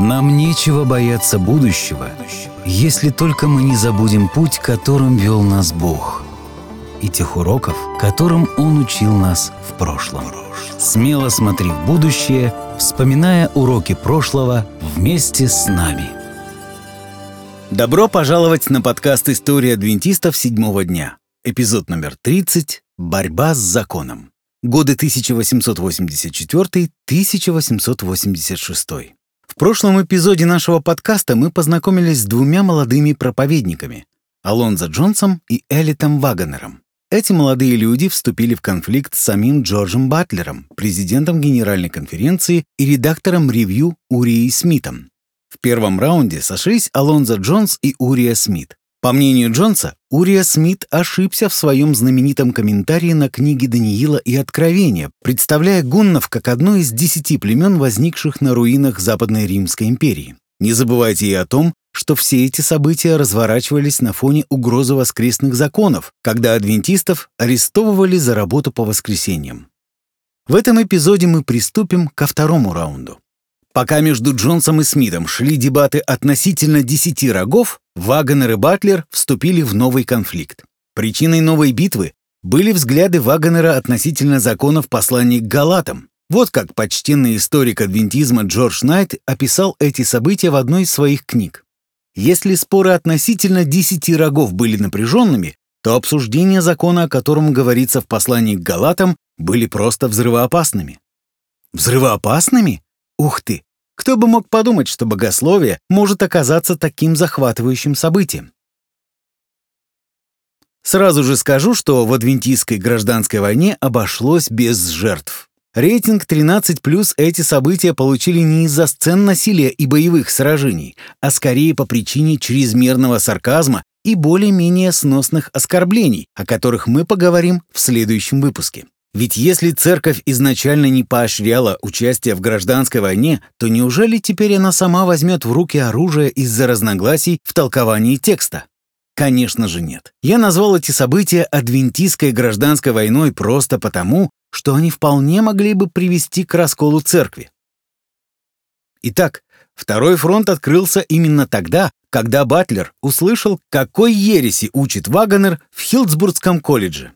Нам нечего бояться будущего, если только мы не забудем путь, которым вел нас Бог, и тех уроков, которым Он учил нас в прошлом. Смело смотри в будущее, вспоминая уроки прошлого вместе с нами. Добро пожаловать на подкаст «История адвентистов седьмого дня». Эпизод номер 30 «Борьба с законом». Годы 1884-1886. В прошлом эпизоде нашего подкаста мы познакомились с двумя молодыми проповедниками — Алонзо Джонсом и Элитом Вагонером. Эти молодые люди вступили в конфликт с самим Джорджем Батлером, президентом Генеральной конференции и редактором ревью Урией Смитом. В первом раунде сошлись Алонзо Джонс и Урия Смит. По мнению Джонса, Урия Смит ошибся в своем знаменитом комментарии на книги Даниила и Откровения, представляя гуннов как одно из 10 племен, возникших на руинах Западной Римской империи. Не забывайте и о том, что все эти события разворачивались на фоне угрозы воскресных законов, когда адвентистов арестовывали за работу по воскресеньям. В этом эпизоде мы приступим ко второму раунду. Пока между Джонсом и Смитом шли дебаты относительно 10 рогов, Вагонер и Батлер вступили в новый конфликт. Причиной новой битвы были взгляды Вагонера относительно законов послания к Галатам. Вот как почтенный историк адвентизма Джордж Найт описал эти события в одной из своих книг. Если споры относительно 10 рогов были напряженными, то обсуждения закона, о котором говорится в послании к Галатам, были просто взрывоопасными. Взрывоопасными? Ух ты! Кто бы мог подумать, что богословие может оказаться таким захватывающим событием? Сразу же скажу, что в адвентистской гражданской войне обошлось без жертв. Рейтинг 13+, эти события получили не из-за сцен насилия и боевых сражений, а скорее по причине чрезмерного сарказма и более-менее сносных оскорблений, о которых мы поговорим в следующем выпуске. Ведь если церковь изначально не поощряла участие в гражданской войне, то неужели теперь она сама возьмет в руки оружие из-за разногласий в толковании текста? Конечно же нет. Я назвал эти события адвентистской гражданской войной просто потому, что они вполне могли бы привести к расколу церкви. Итак, второй фронт открылся именно тогда, когда Батлер услышал, какой ереси учит Вагонер в Хилдсбургском колледже.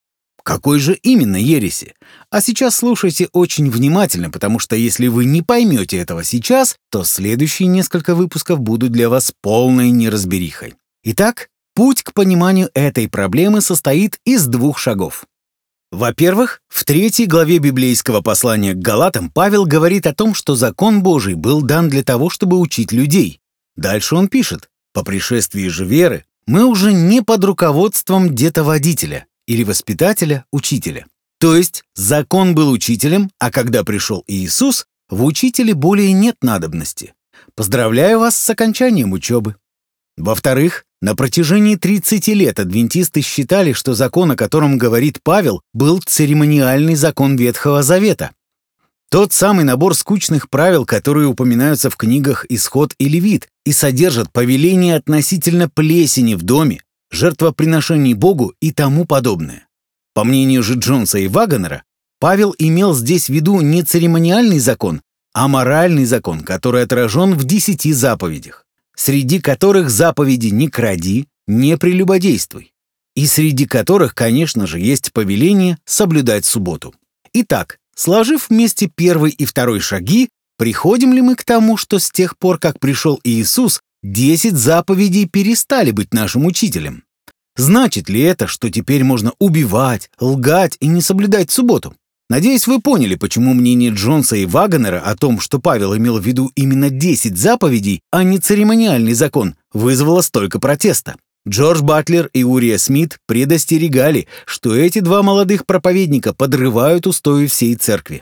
Какой же именно ереси? А сейчас слушайте очень внимательно, потому что если вы не поймете этого сейчас, то следующие несколько выпусков будут для вас полной неразберихой. Итак, путь к пониманию этой проблемы состоит из 2 шагов. Во-первых, в 3 главе библейского послания к Галатам Павел говорит о том, что закон Божий был дан для того, чтобы учить людей. Дальше он пишет: «По пришествии же веры мы уже не под руководством детоводителя или воспитателя, учителя». То есть закон был учителем, а когда пришел Иисус, в учителе более нет надобности. Поздравляю вас с окончанием учебы. Во-вторых, на протяжении 30 лет адвентисты считали, что закон, о котором говорит Павел, был церемониальный закон Ветхого Завета. Тот самый набор скучных правил, которые упоминаются в книгах «Исход» и «Левит» и содержат повеления относительно плесени в доме, жертвоприношений Богу и тому подобное. По мнению же Джонса и Вагонера, Павел имел здесь в виду не церемониальный закон, а моральный закон, который отражен в 10 заповедях, среди которых заповеди «не кради», «не прелюбодействуй», и среди которых, конечно же, есть повеление соблюдать субботу. Итак, сложив вместе первый и второй шаги, приходим ли мы к тому, что с тех пор, как пришел Иисус, 10 заповедей перестали быть нашим учителем? Значит ли это, что теперь можно убивать, лгать и не соблюдать субботу? Надеюсь, вы поняли, почему мнение Джонса и Вагонера о том, что Павел имел в виду именно 10 заповедей, а не церемониальный закон, вызвало столько протеста. Джордж Батлер и Урия Смит предостерегали, что эти 2 молодых проповедника подрывают устои всей церкви.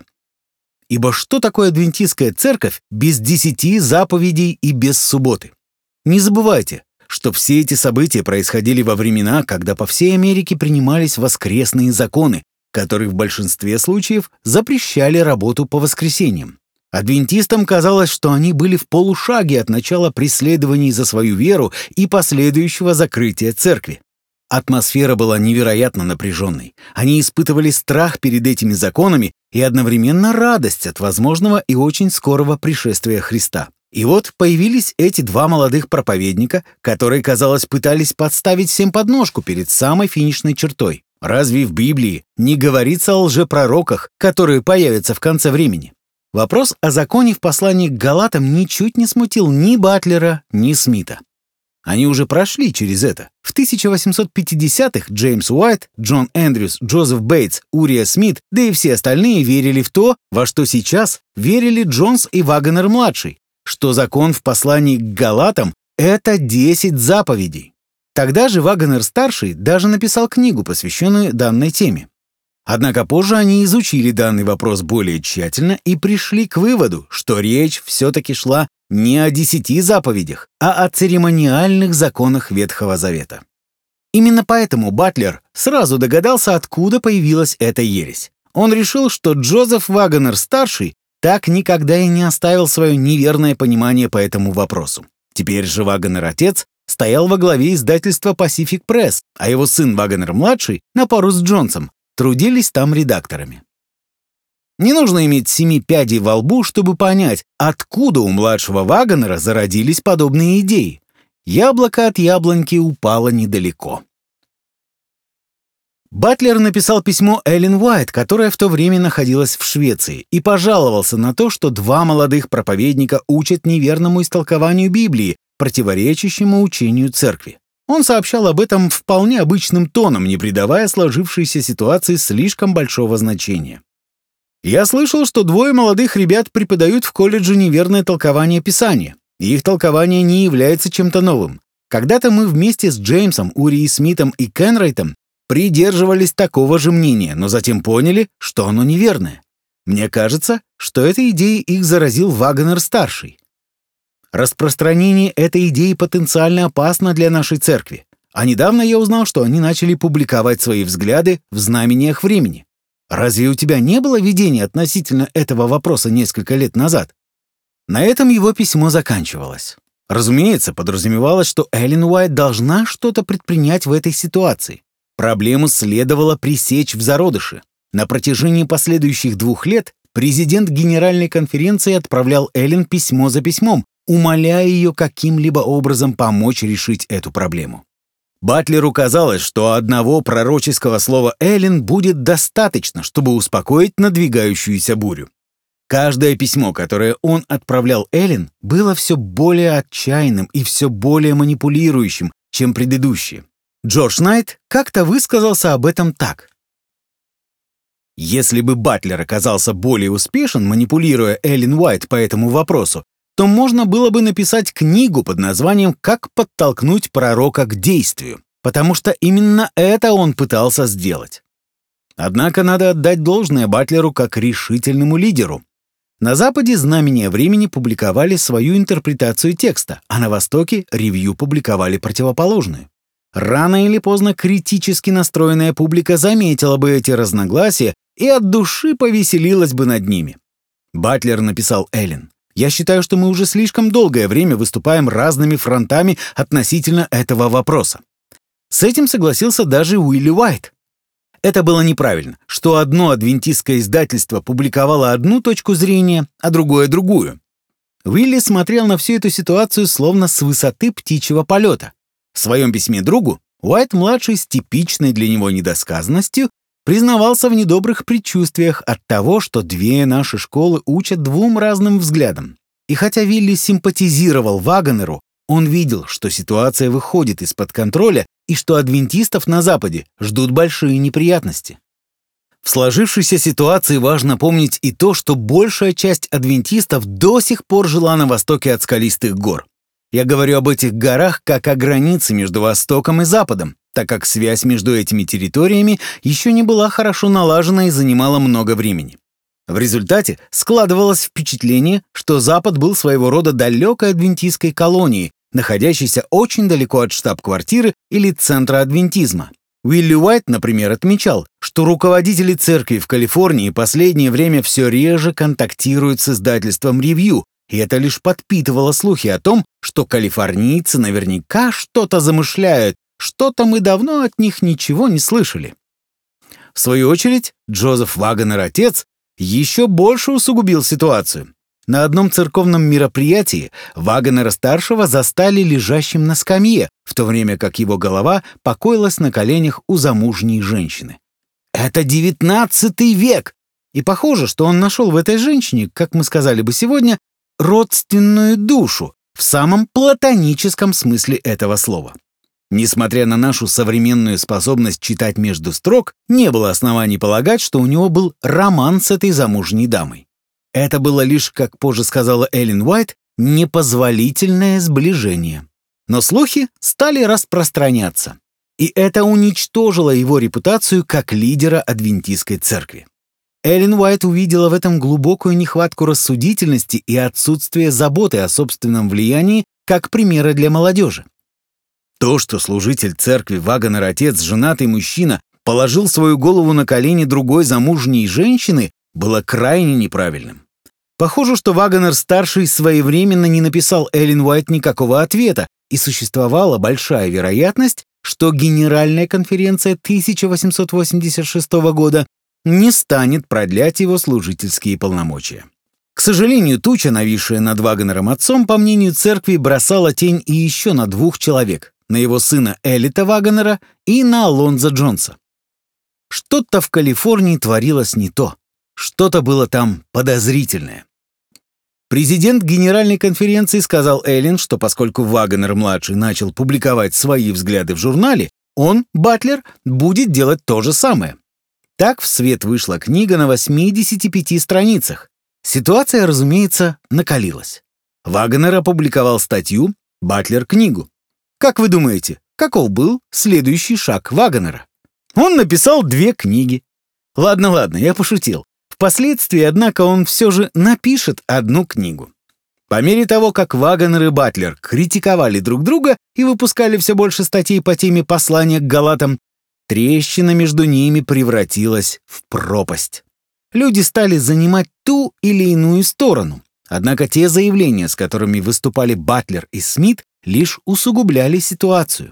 Ибо что такое адвентистская церковь без 10 заповедей и без субботы? Не забывайте, что все эти события происходили во времена, когда по всей Америке принимались воскресные законы, которые в большинстве случаев запрещали работу по воскресеньям. Адвентистам казалось, что они были в полушаге от начала преследований за свою веру и последующего закрытия церкви. Атмосфера была невероятно напряженной. Они испытывали страх перед этими законами и одновременно радость от возможного и очень скорого пришествия Христа. И вот появились эти два молодых проповедника, которые, казалось, пытались подставить всем подножку перед самой финишной чертой. Разве в Библии не говорится о лжепророках, которые появятся в конце времени? Вопрос о законе в послании к Галатам ничуть не смутил ни Батлера, ни Смита. Они уже прошли через это. В 1850-х Джеймс Уайт, Джон Эндрюс, Джозеф Бейтс, Урия Смит, да и все остальные верили в то, во что сейчас верили Джонс и Вагонер-младший, что закон в послании к Галатам — это 10 заповедей. Тогда же Вагонер-старший даже написал книгу, посвященную данной теме. Однако позже они изучили данный вопрос более тщательно и пришли к выводу, что речь все-таки шла не о 10 заповедях, а о церемониальных законах Ветхого Завета. Именно поэтому Батлер сразу догадался, откуда появилась эта ересь. Он решил, что Джозеф Вагонер-старший так никогда и не оставил свое неверное понимание по этому вопросу. Теперь же Вагонер-отец стоял во главе издательства Pacific Press, а его сын Вагонер-младший на пару с Джонсом трудились там редакторами. Не нужно иметь 7 пядей во лбу, чтобы понять, откуда у младшего Вагонера зародились подобные идеи. Яблоко от яблоньки упало недалеко. Батлер написал письмо Эллен Уайт, которая в то время находилась в Швеции, и пожаловался на то, что два молодых проповедника учат неверному истолкованию Библии, противоречащему учению церкви. Он сообщал об этом вполне обычным тоном, не придавая сложившейся ситуации слишком большого значения. «Я слышал, что двое молодых ребят преподают в колледже неверное толкование Писания. Их толкование не является чем-то новым. Когда-то мы вместе с Джеймсом, Урией Смитом и Кенрайтом придерживались такого же мнения, но затем поняли, что оно неверное. Мне кажется, что этой идеей их заразил Вагонер-старший. Распространение этой идеи потенциально опасно для нашей церкви. А недавно я узнал, что они начали публиковать свои взгляды в знамениях времени. Разве у тебя не было видения относительно этого вопроса несколько лет назад?» На этом его письмо заканчивалось. Разумеется, подразумевалось, что Эллен Уайт должна что-то предпринять в этой ситуации. Проблему следовало пресечь в зародыше. На протяжении последующих 2 лет президент Генеральной конференции отправлял Эллен письмо за письмом, умоляя ее каким-либо образом помочь решить эту проблему. Батлеру казалось, что одного пророческого слова Эллен будет достаточно, чтобы успокоить надвигающуюся бурю. Каждое письмо, которое он отправлял Эллен, было все более отчаянным и все более манипулирующим, чем предыдущие. Джордж Найт как-то высказался об этом так. Если бы Батлер оказался более успешен, манипулируя Эллен Уайт по этому вопросу, то можно было бы написать книгу под названием «Как подтолкнуть пророка к действию», потому что именно это он пытался сделать. Однако надо отдать должное Батлеру как решительному лидеру. На Западе «Знамения времени» публиковали свою интерпретацию текста, а на Востоке «Ревью» публиковали противоположную. Рано или поздно критически настроенная публика заметила бы эти разногласия и от души повеселилась бы над ними. Батлер написал Эллен: «Я считаю, что мы уже слишком долгое время выступаем разными фронтами относительно этого вопроса». С этим согласился даже Уилли Уайт. Это было неправильно, что одно адвентистское издательство публиковало одну точку зрения, а другое — другую. Уилли смотрел на всю эту ситуацию словно с высоты птичьего полета. В своем письме другу Уайт-младший с типичной для него недосказанностью признавался в недобрых предчувствиях от того, что две наши школы учат 2 разным взглядам. И хотя Вилли симпатизировал Вагонеру, он видел, что ситуация выходит из-под контроля и что адвентистов на Западе ждут большие неприятности. В сложившейся ситуации важно помнить и то, что большая часть адвентистов до сих пор жила на востоке от скалистых гор. Я говорю об этих горах как о границе между Востоком и Западом, так как связь между этими территориями еще не была хорошо налажена и занимала много времени. В результате складывалось впечатление, что Запад был своего рода далекой адвентистской колонией, находящейся очень далеко от штаб-квартиры или центра адвентизма. Уилли Уайт, например, отмечал, что руководители церкви в Калифорнии последнее время все реже контактируют с издательством «Ревью», и это лишь подпитывало слухи о том, что калифорнийцы наверняка что-то замышляют, что-то мы давно от них ничего не слышали. В свою очередь, Джозеф Вагонер-отец еще больше усугубил ситуацию. На одном церковном мероприятии Вагонера-старшего застали лежащим на скамье, в то время как его голова покоилась на коленях у замужней женщины. Это 19 век! И похоже, что он нашел в этой женщине, как мы сказали бы сегодня, родственную душу в самом платоническом смысле этого слова. Несмотря на нашу современную способность читать между строк, не было оснований полагать, что у него был роман с этой замужней дамой. Это было лишь, как позже сказала Эллен Уайт, непозволительное сближение. Но слухи стали распространяться, и это уничтожило его репутацию как лидера адвентистской церкви. Эллен Уайт увидела в этом глубокую нехватку рассудительности и отсутствие заботы о собственном влиянии как примера для молодежи. То, что служитель церкви Вагонер-отец, женатый мужчина, положил свою голову на колени другой замужней женщины, было крайне неправильным. Похоже, что Вагонер-старший своевременно не написал Эллен Уайт никакого ответа, и существовала большая вероятность, что Генеральная конференция 1886 года не станет продлять его служительские полномочия. К сожалению, туча, нависшая над Вагонером-отцом, по мнению церкви, бросала тень и еще на двух человек — на его сына Эллита Вагонера и на Алонзо Джонса. Что-то в Калифорнии творилось не то, что-то было там подозрительное. Президент Генеральной конференции сказал Эллен, что поскольку Вагонер-младший начал публиковать свои взгляды в журнале, он, Батлер, будет делать то же самое. Так в свет вышла книга на 85 страницах. Ситуация, разумеется, накалилась. Вагонер опубликовал статью, Батлер — книгу. Как вы думаете, каков был следующий шаг Вагонера? Он написал 2 книги. Ладно, я пошутил. Впоследствии, однако, он все же напишет 1 книгу. По мере того, как Вагонер и Батлер критиковали друг друга и выпускали все больше статей по теме послания к Галатам, трещина между ними превратилась в пропасть. Люди стали занимать ту или иную сторону. Однако те заявления, с которыми выступали Батлер и Смит, лишь усугубляли ситуацию.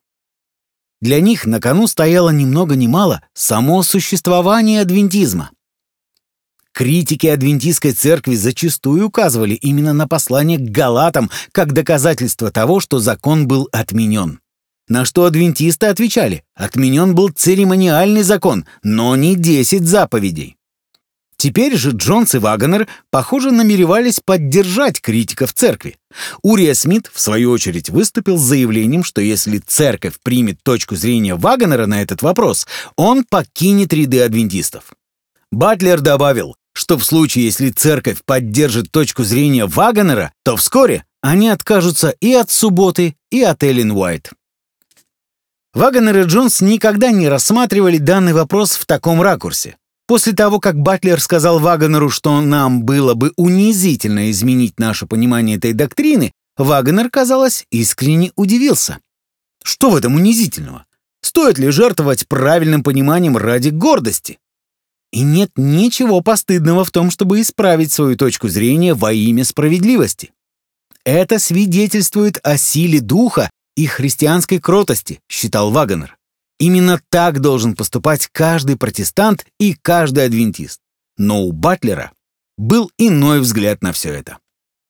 Для них на кону стояло ни много ни мало само существование адвентизма. Критики адвентистской церкви зачастую указывали именно на послание к Галатам как доказательство того, что закон был отменен. На что адвентисты отвечали: отменен был церемониальный закон, но не 10 заповедей. Теперь же Джонс и Вагонер, похоже, намеревались поддержать критиков церкви. Урия Смит, в свою очередь, выступил с заявлением, что если церковь примет точку зрения Вагонера на этот вопрос, он покинет ряды адвентистов. Батлер добавил, что в случае, если церковь поддержит точку зрения Вагонера, то вскоре они откажутся и от субботы, и от Эллен Уайт. Вагонер и Джонс никогда не рассматривали данный вопрос в таком ракурсе. После того, как Батлер сказал Вагонеру, что нам было бы унизительно изменить наше понимание этой доктрины, Вагонер, казалось, искренне удивился. Что в этом унизительного? Стоит ли жертвовать правильным пониманием ради гордости? И нет ничего постыдного в том, чтобы исправить свою точку зрения во имя справедливости. Это свидетельствует о силе духа и христианской кротости, считал Вагонер. Именно так должен поступать каждый протестант и каждый адвентист. Но у Батлера был иной взгляд на все это.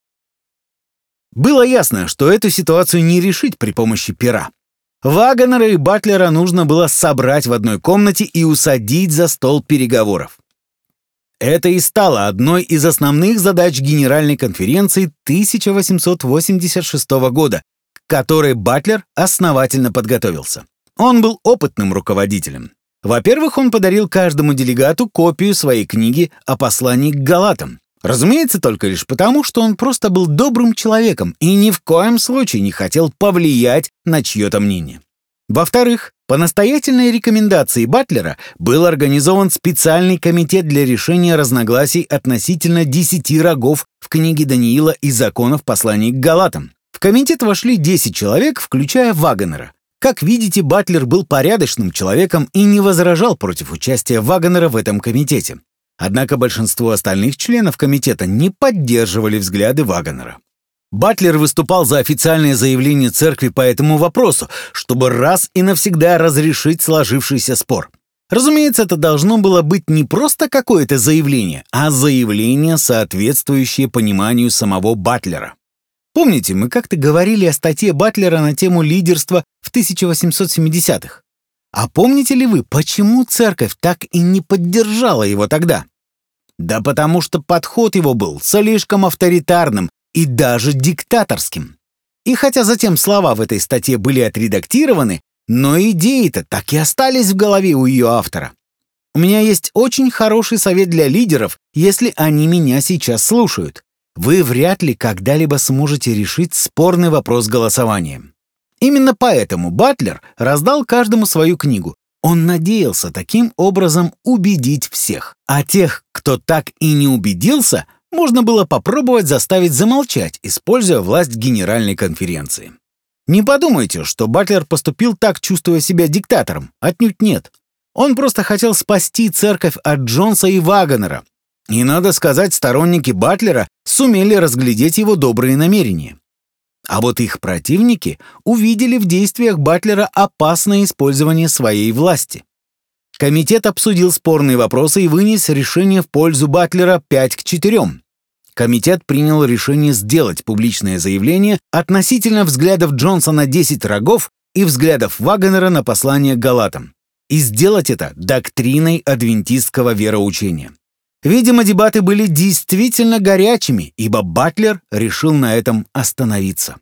Было ясно, что эту ситуацию не решить при помощи пера. Вагонера и Батлера нужно было собрать в одной комнате и усадить за стол переговоров. Это и стало одной из основных задач Генеральной конференции 1886 года, к которой Батлер основательно подготовился. Он был опытным руководителем. Во-первых, он подарил каждому делегату копию своей книги о послании к Галатам. Разумеется, только лишь потому, что он просто был добрым человеком и ни в коем случае не хотел повлиять на чье-то мнение. Во-вторых, по настоятельной рекомендации Батлера был организован специальный комитет для решения разногласий относительно 10 рогов в книге Даниила и законов посланий к Галатам. В комитет вошли 10 человек, включая Вагонера. Как видите, Батлер был порядочным человеком и не возражал против участия Вагонера в этом комитете. Однако большинство остальных членов комитета не поддерживали взгляды Вагонера. Батлер выступал за официальное заявление церкви по этому вопросу, чтобы раз и навсегда разрешить сложившийся спор. Разумеется, это должно было быть не просто какое-то заявление, а заявление, соответствующее пониманию самого Батлера. Помните, мы как-то говорили о статье Батлера на тему лидерства в 1870-х? А помните ли вы, почему церковь так и не поддержала его тогда? Да потому что подход его был слишком авторитарным и даже диктаторским. И хотя затем слова в этой статье были отредактированы, но идеи-то так и остались в голове у ее автора. У меня есть очень хороший совет для лидеров, если они меня сейчас слушают. Вы вряд ли когда-либо сможете решить спорный вопрос голосованием. Именно поэтому Батлер раздал каждому свою книгу. Он надеялся таким образом убедить всех. А тех, кто так и не убедился, можно было попробовать заставить замолчать, используя власть Генеральной конференции. Не подумайте, что Батлер поступил так, чувствуя себя диктатором. Отнюдь нет. Он просто хотел спасти церковь от Джонса и Вагонера. И, надо сказать, сторонники Батлера сумели разглядеть его добрые намерения. А вот их противники увидели в действиях Батлера опасное использование своей власти. Комитет обсудил спорные вопросы и вынес решение в пользу Батлера 5-4. Комитет принял решение сделать публичное заявление относительно взглядов Джонса на 10 рогов и взглядов Вагонера на послание к Галатам. И сделать это доктриной адвентистского вероучения. Видимо, дебаты были действительно горячими, ибо Батлер решил на этом остановиться.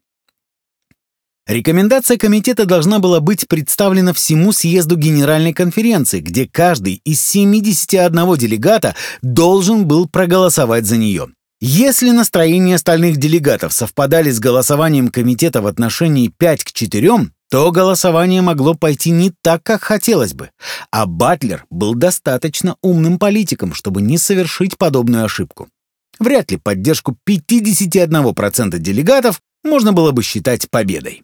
Рекомендация комитета должна была быть представлена всему съезду Генеральной конференции, где каждый из 71 делегата должен был проголосовать за нее. Если настроения остальных делегатов совпадали с голосованием комитета в отношении 5-4, то голосование могло пойти не так, как хотелось бы, а Батлер был достаточно умным политиком, чтобы не совершить подобную ошибку. Вряд ли поддержку 51% делегатов можно было бы считать победой.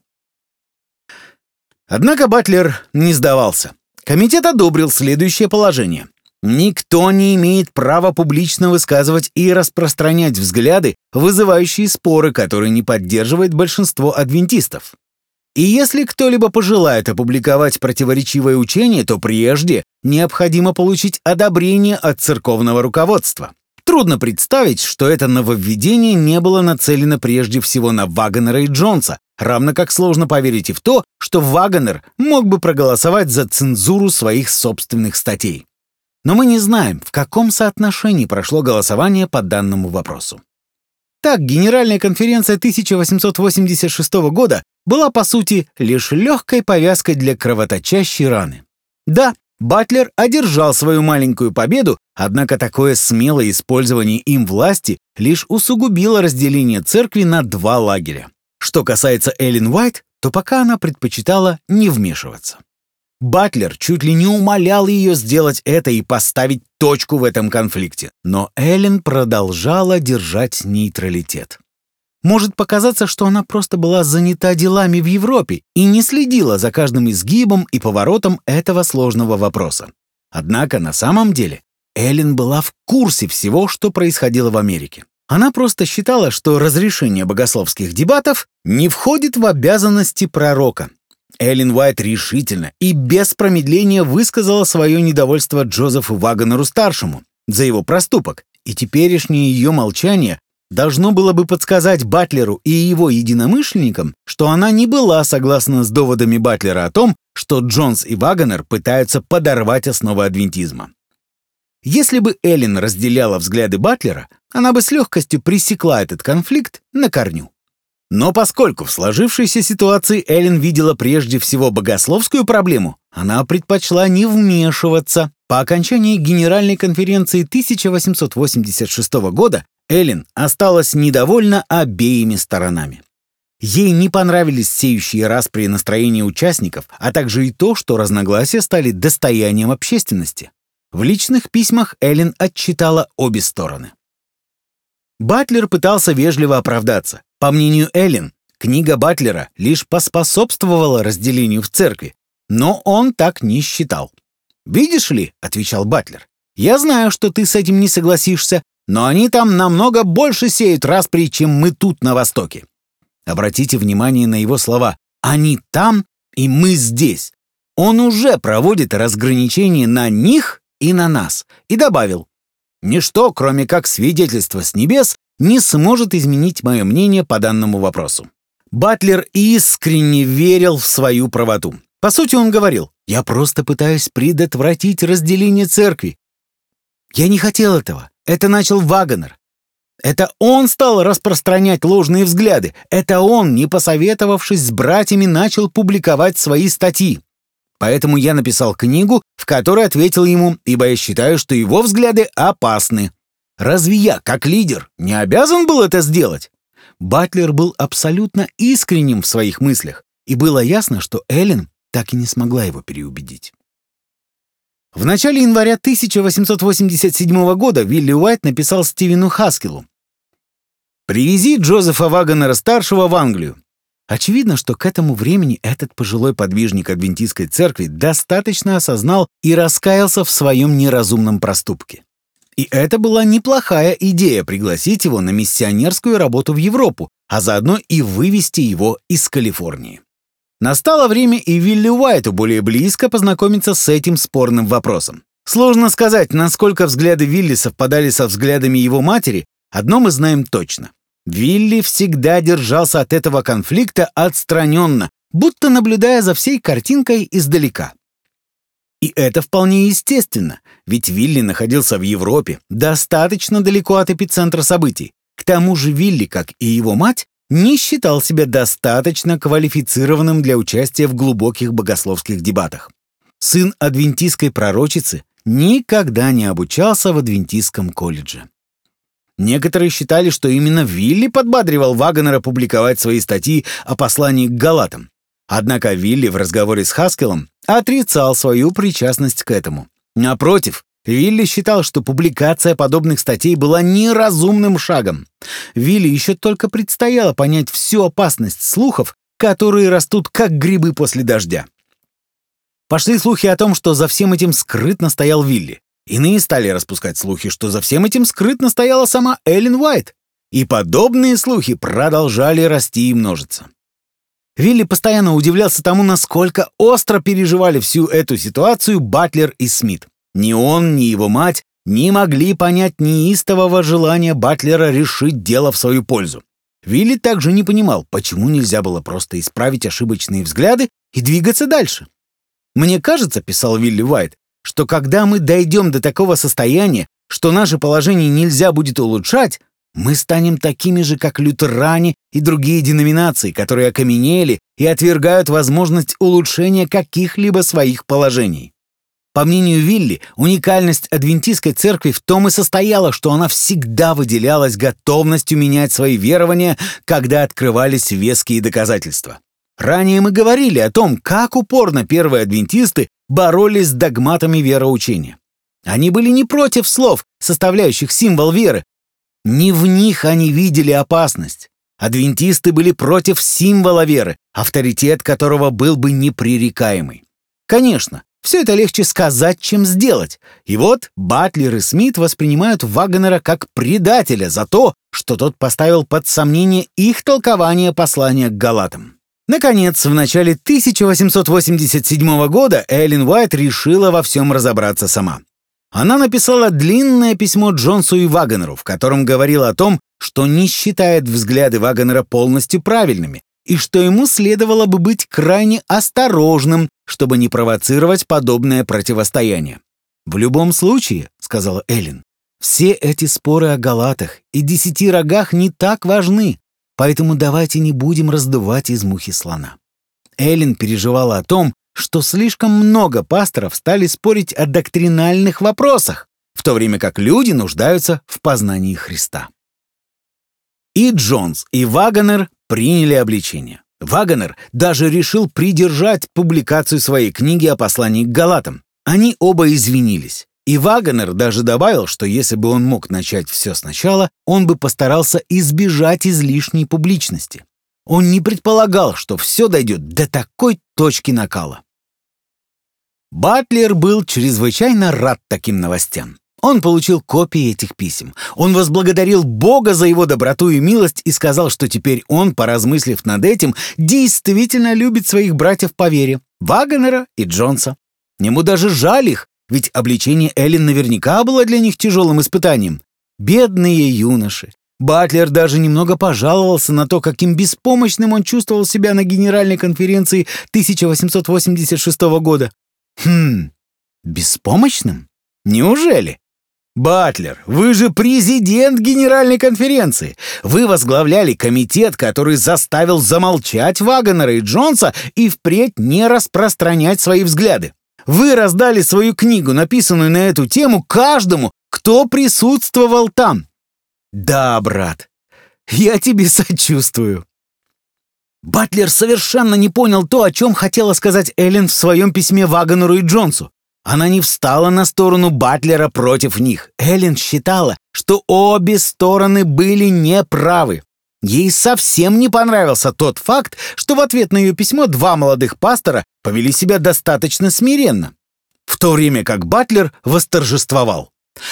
Однако Батлер не сдавался. Комитет одобрил следующее положение. Никто не имеет права публично высказывать и распространять взгляды, вызывающие споры, которые не поддерживает большинство адвентистов. И если кто-либо пожелает опубликовать противоречивое учение, то прежде необходимо получить одобрение от церковного руководства. Трудно представить, что это нововведение не было нацелено прежде всего на Вагонера и Джонса, равно как сложно поверить и в то, что Вагонер мог бы проголосовать за цензуру своих собственных статей. Но мы не знаем, в каком соотношении прошло голосование по данному вопросу. Так, Генеральная конференция 1886 года была, по сути, лишь легкой повязкой для кровоточащей раны. Да, Батлер одержал свою маленькую победу, однако такое смелое использование им власти лишь усугубило разделение церкви на два лагеря. Что касается Эллен Уайт, то пока она предпочитала не вмешиваться. Батлер чуть ли не умолял ее сделать это и поставить точку в этом конфликте, но Эллен продолжала держать нейтралитет. Может показаться, что она просто была занята делами в Европе и не следила за каждым изгибом и поворотом этого сложного вопроса. Однако на самом деле Эллен была в курсе всего, что происходило в Америке. Она просто считала, что разрешение богословских дебатов не входит в обязанности пророка. Эллен Уайт решительно и без промедления высказала свое недовольство Джозефу Вагонеру-старшему за его проступок, и теперешнее ее молчание должно было бы подсказать Батлеру и его единомышленникам, что она не была согласна с доводами Батлера о том, что Джонс и Вагонер пытаются подорвать основы адвентизма. Если бы Эллен разделяла взгляды Батлера, она бы с легкостью пресекла этот конфликт на корню. Но поскольку в сложившейся ситуации Эллен видела прежде всего богословскую проблему, она предпочла не вмешиваться. По окончании Генеральной конференции 1886 года Эллен осталась недовольна обеими сторонами. Ей не понравились сеющие распри настроения участников, а также и то, что разногласия стали достоянием общественности. В личных письмах Эллен отчитала обе стороны. Батлер пытался вежливо оправдаться. По мнению Эллен, книга Батлера лишь поспособствовала разделению в церкви, но он так не считал. «Видишь ли», — отвечал Батлер, — «я знаю, что ты с этим не согласишься, но они там намного больше сеют распри, чем мы тут на Востоке». Обратите внимание на его слова «они там» и «мы здесь». Он уже проводит разграничение на них и на нас. И добавил: «Ничто, кроме как свидетельства с небес, не сможет изменить мое мнение по данному вопросу». Батлер искренне верил в свою правоту. По сути, он говорил: «Я просто пытаюсь предотвратить разделение церкви. Я не хотел этого. Это начал Вагонер. Это он стал распространять ложные взгляды. Это он, не посоветовавшись с братьями, начал публиковать свои статьи. Поэтому я написал книгу, в которой ответил ему, ибо я считаю, что его взгляды опасны. Разве я, как лидер, не обязан был это сделать?» Батлер был абсолютно искренним в своих мыслях, и было ясно, что Эллен так и не смогла его переубедить. В начале января 1887 года Вилли Уайт написал Стивену Хаскелу: «Привези Джозефа Вагонера-старшего в Англию». Очевидно, что к этому времени этот пожилой подвижник адвентистской церкви достаточно осознал и раскаялся в своем неразумном проступке. И это была неплохая идея — пригласить его на миссионерскую работу в Европу, а заодно и вывести его из Калифорнии. Настало время и Вилли Уайту более близко познакомиться с этим спорным вопросом. Сложно сказать, насколько взгляды Вилли совпадали со взглядами его матери, одно мы знаем точно. Вилли всегда держался от этого конфликта отстраненно, будто наблюдая за всей картинкой издалека. И это вполне естественно, ведь Вилли находился в Европе, достаточно далеко от эпицентра событий. К тому же Вилли, как и его мать, не считал себя достаточно квалифицированным для участия в глубоких богословских дебатах. Сын адвентистской пророчицы никогда не обучался в адвентистском колледже. Некоторые считали, что именно Вилли подбадривал Вагонера публиковать свои статьи о послании к Галатам. Однако Вилли в разговоре с Хаскелом отрицал свою причастность к этому. Напротив, Вилли считал, что публикация подобных статей была неразумным шагом. Вилли еще только предстояло понять всю опасность слухов, которые растут как грибы после дождя. Пошли слухи о том, что за всем этим скрытно стоял Вилли. Иные стали распускать слухи, что за всем этим скрытно стояла сама Эллен Уайт. И подобные слухи продолжали расти и множиться. Вилли постоянно удивлялся тому, насколько остро переживали всю эту ситуацию Батлер и Смит. Ни он, ни его мать не могли понять неистового желания Батлера решить дело в свою пользу. Вилли также не понимал, почему нельзя было просто исправить ошибочные взгляды и двигаться дальше. «Мне кажется, — писал Вилли Уайт, — что когда мы дойдем до такого состояния, что наше положение нельзя будет улучшать, мы станем такими же, как лютеране и другие деноминации, которые окаменели и отвергают возможность улучшения каких-либо своих положений». По мнению Вилли, уникальность адвентистской церкви в том и состояла, что она всегда выделялась готовностью менять свои верования, когда открывались веские доказательства. Ранее мы говорили о том, как упорно первые адвентисты боролись с догматами вероучения. Они были не против слов, составляющих символ веры. Не в них они видели опасность. Адвентисты были против символа веры, авторитет которого был бы непререкаемый. Конечно, все это легче сказать, чем сделать. И вот Батлер и Смит воспринимают Вагонера как предателя за то, что тот поставил под сомнение их толкование послания к Галатам. Наконец, в начале 1887 года Эллен Уайт решила во всем разобраться сама. Она написала длинное письмо Джонсу и Вагонеру, в котором говорила о том, что не считает взгляды Вагонера полностью правильными и что ему следовало бы быть крайне осторожным, чтобы не провоцировать подобное противостояние. «В любом случае, — сказала Эллен, — все эти споры о Галатах и 10 рогах не так важны, поэтому давайте не будем раздувать из мухи слона». Эллен переживала о том, что слишком много пасторов стали спорить о доктринальных вопросах, в то время как люди нуждаются в познании Христа. И Джонс, и Вагонер приняли обличение. Вагонер даже решил придержать публикацию своей книги о послании к Галатам. Они оба извинились. И Вагонер даже добавил, что если бы он мог начать все сначала, он бы постарался избежать излишней публичности. Он не предполагал, что все дойдет до такой точки накала. Батлер был чрезвычайно рад таким новостям. Он получил копии этих писем. Он возблагодарил Бога за его доброту и милость и сказал, что теперь он, поразмыслив над этим, действительно любит своих братьев по вере. Вагонера и Джонса. Ему даже жаль их, ведь обличение Эллен наверняка было для них тяжелым испытанием. Бедные юноши. Батлер даже немного пожаловался на то, каким беспомощным он чувствовал себя на Генеральной конференции 1886 года. Беспомощным? Неужели? Батлер, вы же президент Генеральной конференции. Вы возглавляли комитет, который заставил замолчать Вагонера и Джонса и впредь не распространять свои взгляды. Вы раздали свою книгу, написанную на эту тему, каждому, кто присутствовал там. Да, брат, я тебе сочувствую. Батлер совершенно не понял то, о чем хотела сказать Эллен в своем письме Вагонеру и Джонсу. Она не встала на сторону Батлера против них. Эллен считала, что обе стороны были неправы. Ей совсем не понравился тот факт, что в ответ на ее письмо два молодых пастора повели себя достаточно смиренно, в то время как Батлер восторжествовал.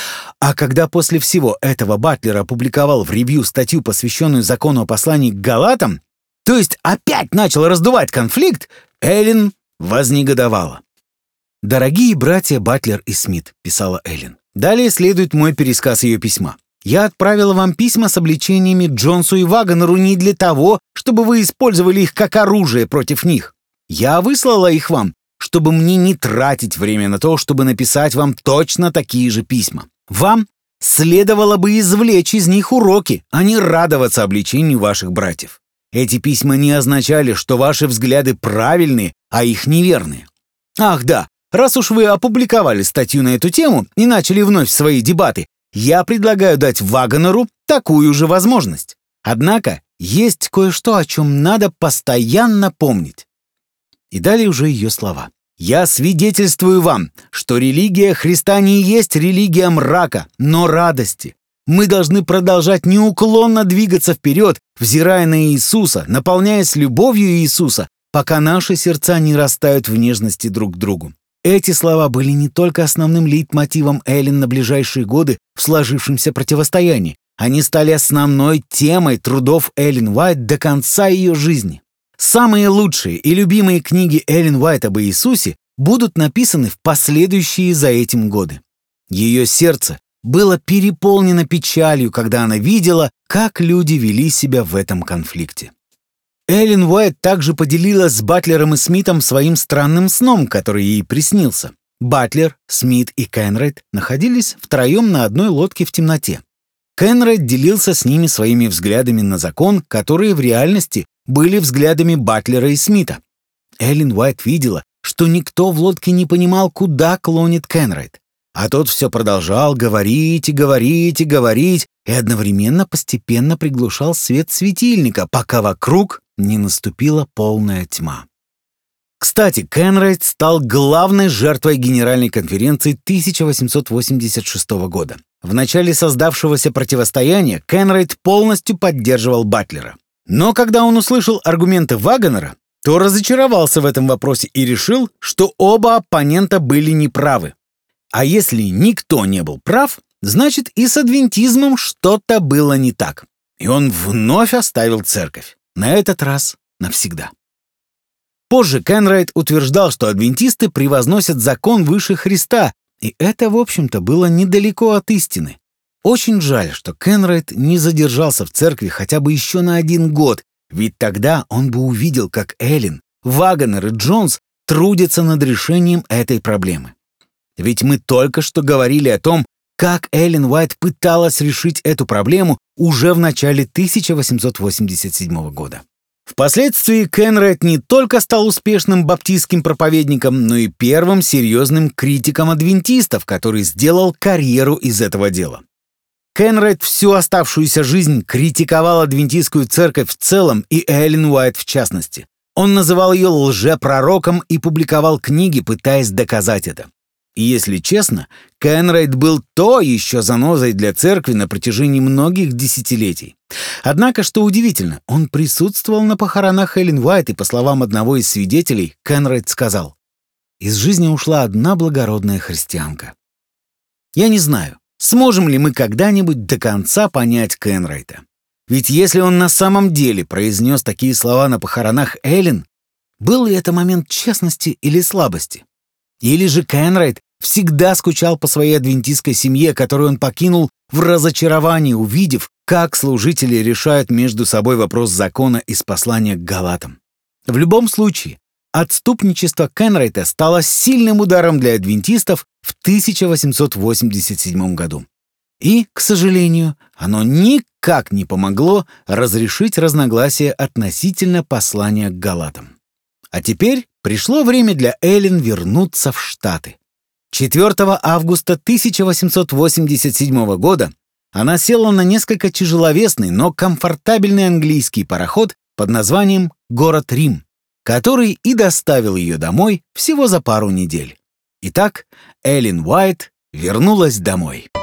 А когда после всего этого Батлер опубликовал в ревью статью, посвященную закону о послании к Галатам, то есть опять начал раздувать конфликт, Эллен вознегодовала. «Дорогие братья Батлер и Смит», — писала Эллен. Далее следует мой пересказ ее письма. «Я отправила вам письма с обличениями Джонсу и Вагонеру не для того, чтобы вы использовали их как оружие против них. Я выслала их вам, чтобы мне не тратить время на то, чтобы написать вам точно такие же письма. Вам следовало бы извлечь из них уроки, а не радоваться обличению ваших братьев. Эти письма не означали, что ваши взгляды правильные, а их неверные. Ах да, раз уж вы опубликовали статью на эту тему и начали вновь свои дебаты, я предлагаю дать Вагонеру такую же возможность. Однако есть кое-что, о чем надо постоянно помнить». И далее уже ее слова. «Я свидетельствую вам, что религия Христа не есть религия мрака, но радости. Мы должны продолжать неуклонно двигаться вперед, взирая на Иисуса, наполняясь любовью Иисуса, пока наши сердца не растают в нежности друг к другу». Эти слова были не только основным лейтмотивом Эллен на ближайшие годы в сложившемся противостоянии. Они стали основной темой трудов Эллен Уайт до конца ее жизни. Самые лучшие и любимые книги Эллен Уайт об Иисусе будут написаны в последующие за этим годы. Ее сердце было переполнено печалью, когда она видела, как люди вели себя в этом конфликте. Эллен Уайт также поделилась с Батлером и Смитом своим странным сном, который ей приснился. Батлер, Смит и Кенрайт находились втроем на одной лодке в темноте. Кенрайт делился с ними своими взглядами на закон, которые в реальности были взглядами Батлера и Смита. Эллен Уайт видела, что никто в лодке не понимал, куда клонит Кенрайт. А тот все продолжал говорить и говорить и говорить, и одновременно постепенно приглушал свет светильника, пока вокруг не наступила полная тьма. Кстати, Кенрайт стал главной жертвой Генеральной конференции 1886 года. В начале создавшегося противостояния Кенрайт полностью поддерживал Батлера. Но когда он услышал аргументы Вагонера, то разочаровался в этом вопросе и решил, что оба оппонента были неправы. А если никто не был прав, значит и с адвентизмом что-то было не так. И он вновь оставил церковь. На этот раз навсегда. Позже Кенрайт утверждал, что адвентисты превозносят закон выше Христа, и это, в общем-то, было недалеко от истины. Очень жаль, что Кенрайт не задержался в церкви хотя бы еще на 1 год, ведь тогда он бы увидел, как Эллен, Вагонер и Джонс трудятся над решением этой проблемы. Ведь мы только что говорили о том, как Эллен Уайт пыталась решить эту проблему уже в начале 1887 года. Впоследствии Кенрайт не только стал успешным баптистским проповедником, но и первым серьезным критиком адвентистов, который сделал карьеру из этого дела. Кенрайт всю оставшуюся жизнь критиковал адвентистскую церковь в целом и Эллен Уайт в частности. Он называл ее лжепророком и публиковал книги, пытаясь доказать это. И если честно, Кенрайт был то еще занозой для церкви на протяжении многих десятилетий. Однако, что удивительно, он присутствовал на похоронах Эллен Уайт, и, по словам одного из свидетелей, Кенрайт сказал: «Из жизни ушла одна благородная христианка». Я не знаю, сможем ли мы когда-нибудь до конца понять Кенрайта. Ведь если он на самом деле произнес такие слова на похоронах Эллен, Был ли это момент честности или слабости? Или же Кенрайт всегда скучал по своей адвентистской семье, которую он покинул в разочаровании, увидев, как служители решают между собой вопрос закона из послания к Галатам? В любом случае, отступничество Кенрайта стало сильным ударом для адвентистов в 1887 году. И, к сожалению, оно никак не помогло разрешить разногласия относительно послания к Галатам. А теперь пришло время для Эллен вернуться в Штаты. 4 августа 1887 года она села на несколько тяжеловесный, но комфортабельный английский пароход под названием «Город Рим», который и доставил ее домой всего за пару недель. Итак, Эллен Уайт вернулась домой.